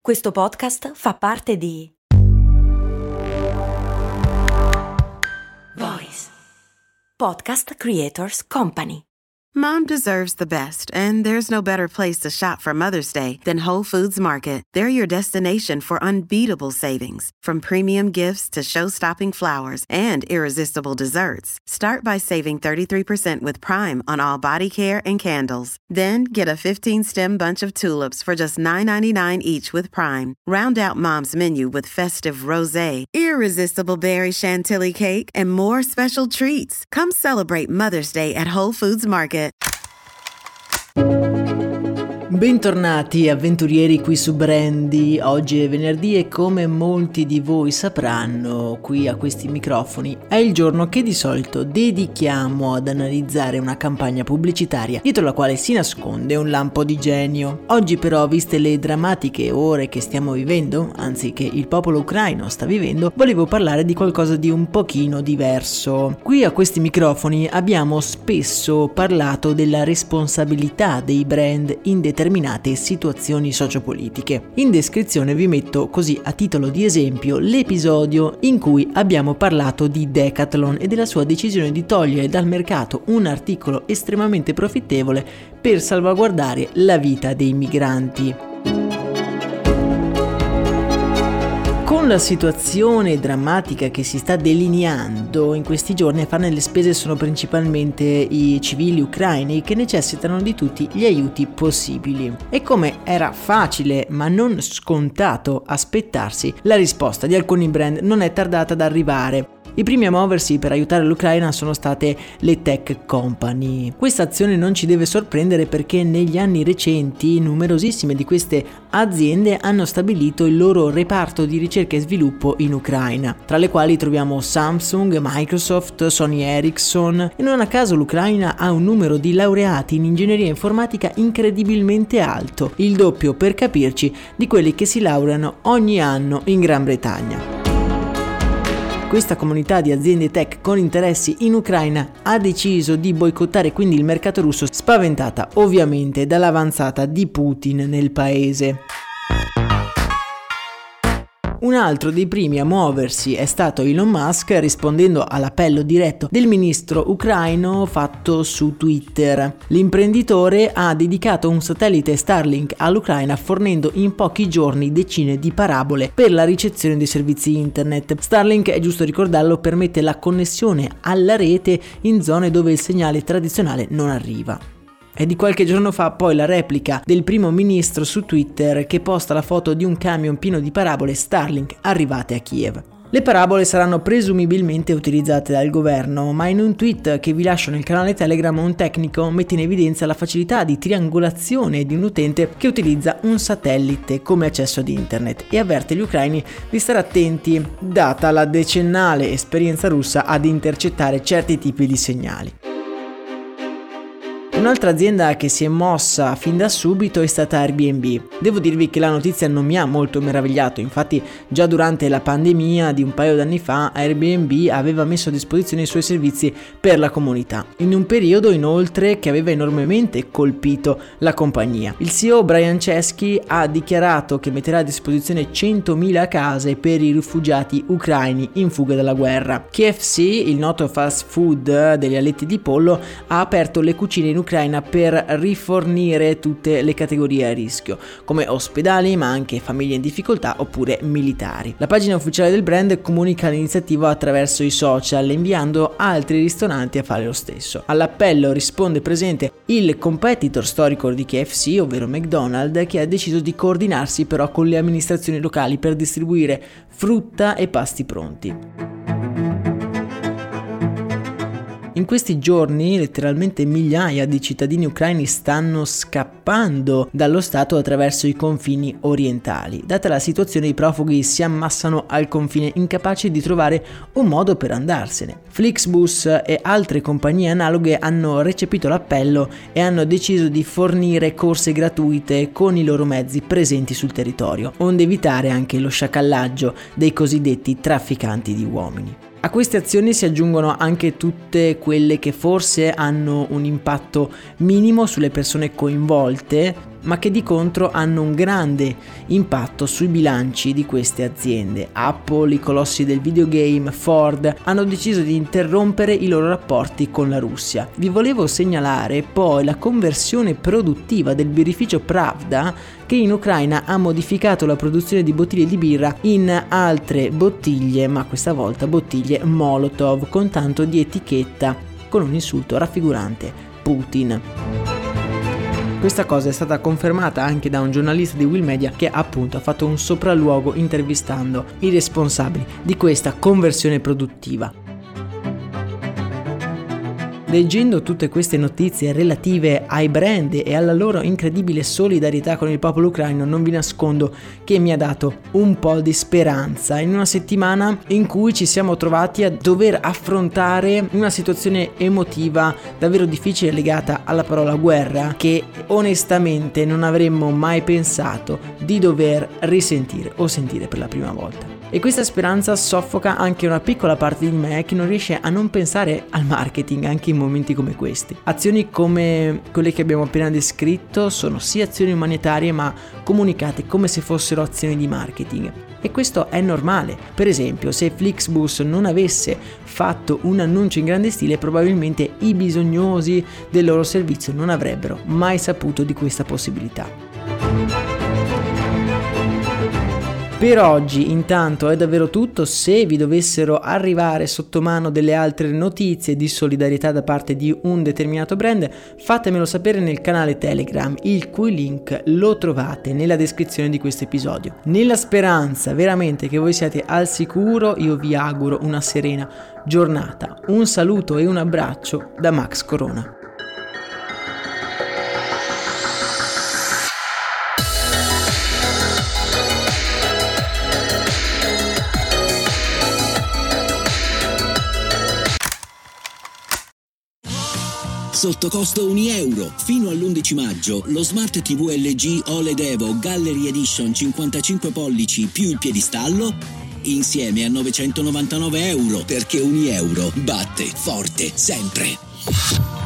Questo podcast fa parte di Voice Podcast Creators Company. Mom deserves the best, and there's no better place to shop for Mother's Day than Whole Foods Market. They're your destination for unbeatable savings, from premium gifts to show-stopping flowers and irresistible desserts. Start by saving 33% with Prime on all body care and candles. Then get a 15-stem bunch of tulips for just $9.99 each with Prime. Round out Mom's menu with festive rosé, irresistible berry chantilly cake, and more special treats. Come celebrate Mother's Day at Whole Foods Market. Bentornati avventurieri qui su Brandy. Oggi è venerdì e come molti di voi sapranno, qui a questi microfoni è il giorno che di solito dedichiamo ad analizzare una campagna pubblicitaria dietro la quale si nasconde un lampo di genio. Oggi però, viste le drammatiche ore che stiamo vivendo, anzi che il popolo ucraino sta vivendo, volevo parlare di qualcosa di un pochino diverso. Qui a questi microfoni abbiamo spesso parlato della responsabilità dei brand in determinate situazioni sociopolitiche. In descrizione vi metto, così a titolo di esempio, l'episodio in cui abbiamo parlato di Decathlon e della sua decisione di togliere dal mercato un articolo estremamente profittevole per salvaguardare la vita dei migranti. Con la situazione drammatica che si sta delineando in questi giorni, a farne le spese sono principalmente i civili ucraini che necessitano di tutti gli aiuti possibili. E come era facile ma non scontato aspettarsi, la risposta di alcuni brand non è tardata ad arrivare. I primi a muoversi per aiutare l'Ucraina sono state le tech company. Questa azione non ci deve sorprendere perché negli anni recenti numerosissime di queste aziende hanno stabilito il loro reparto di ricerca e sviluppo in Ucraina, tra le quali troviamo Samsung, Microsoft, Sony Ericsson, e non a caso l'Ucraina ha un numero di laureati in ingegneria informatica incredibilmente alto, il doppio, per capirci, di quelli che si laureano ogni anno in Gran Bretagna. Questa comunità di aziende tech con interessi in Ucraina ha deciso di boicottare quindi il mercato russo, spaventata ovviamente dall'avanzata di Putin nel paese. Un altro dei primi a muoversi è stato Elon Musk, rispondendo all'appello diretto del ministro ucraino fatto su Twitter. L'imprenditore ha dedicato un satellite Starlink all'Ucraina, fornendo in pochi giorni decine di parabole per la ricezione dei servizi internet. Starlink, è giusto ricordarlo, permette la connessione alla rete in zone dove il segnale tradizionale non arriva. È di qualche giorno fa poi la replica del primo ministro su Twitter che posta la foto di un camion pieno di parabole Starlink arrivate a Kiev. Le parabole saranno presumibilmente utilizzate dal governo, ma in un tweet che vi lascio nel canale Telegram un tecnico mette in evidenza la facilità di triangolazione di un utente che utilizza un satellite come accesso ad internet e avverte gli ucraini di stare attenti, data la decennale esperienza russa ad intercettare certi tipi di segnali. Un'altra azienda che si è mossa fin da subito è stata Airbnb. Devo dirvi che la notizia non mi ha molto meravigliato, infatti già durante la pandemia di un paio d'anni fa Airbnb aveva messo a disposizione i suoi servizi per la comunità, in un periodo inoltre che aveva enormemente colpito la compagnia. Il CEO Brian Chesky ha dichiarato che metterà a disposizione 100.000 case per i rifugiati ucraini in fuga dalla guerra. KFC, il noto fast food degli aletti di pollo, ha aperto le cucine in Ucraina per rifornire tutte le categorie a rischio, come ospedali ma anche famiglie in difficoltà oppure militari. La pagina ufficiale del brand comunica l'iniziativa attraverso i social, inviando altri ristoranti a fare lo stesso. All'appello risponde presente il competitor storico di KFC, ovvero McDonald's, che ha deciso di coordinarsi però con le amministrazioni locali per distribuire frutta e pasti pronti. In questi giorni letteralmente migliaia di cittadini ucraini stanno scappando dallo Stato attraverso i confini orientali. Data la situazione, i profughi si ammassano al confine, incapaci di trovare un modo per andarsene. Flixbus e altre compagnie analoghe hanno recepito l'appello e hanno deciso di fornire corse gratuite con i loro mezzi presenti sul territorio, onde evitare anche lo sciacallaggio dei cosiddetti trafficanti di uomini. A queste azioni si aggiungono anche tutte quelle che forse hanno un impatto minimo sulle persone coinvolte, ma che di contro hanno un grande impatto sui bilanci di queste aziende. Apple, i colossi del videogame, Ford hanno deciso di interrompere i loro rapporti con la Russia. Vi volevo segnalare poi la conversione produttiva del birrificio Pravda, che in Ucraina ha modificato la produzione di bottiglie di birra in altre bottiglie, ma questa volta bottiglie Molotov, con tanto di etichetta con un insulto raffigurante Putin. Questa cosa è stata confermata anche da un giornalista di Will Media che appunto ha fatto un sopralluogo intervistando i responsabili di questa conversione produttiva. Leggendo tutte queste notizie relative ai brand e alla loro incredibile solidarietà con il popolo ucraino, non vi nascondo che mi ha dato un po' di speranza in una settimana in cui ci siamo trovati a dover affrontare una situazione emotiva davvero difficile legata alla parola guerra, che onestamente non avremmo mai pensato di dover risentire o sentire per la prima volta. E questa speranza soffoca anche una piccola parte di me che non riesce a non pensare al marketing anche in momenti come questi. Azioni come quelle che abbiamo appena descritto sono sì azioni umanitarie, ma comunicate come se fossero azioni di marketing. E questo è normale. Per esempio, se Flixbus non avesse fatto un annuncio in grande stile, probabilmente i bisognosi del loro servizio non avrebbero mai saputo di questa possibilità. Per oggi intanto è davvero tutto. Se vi dovessero arrivare sotto mano delle altre notizie di solidarietà da parte di un determinato brand, fatemelo sapere nel canale Telegram, il cui link lo trovate nella descrizione di questo episodio. Nella speranza veramente che voi siate al sicuro, io vi auguro una serena giornata. Un saluto e un abbraccio da Max Corona. Sotto costo €1. Fino all'11 maggio lo Smart TV LG OLED Evo Gallery Edition 55 pollici più il piedistallo insieme a €999, perché €1 batte forte sempre.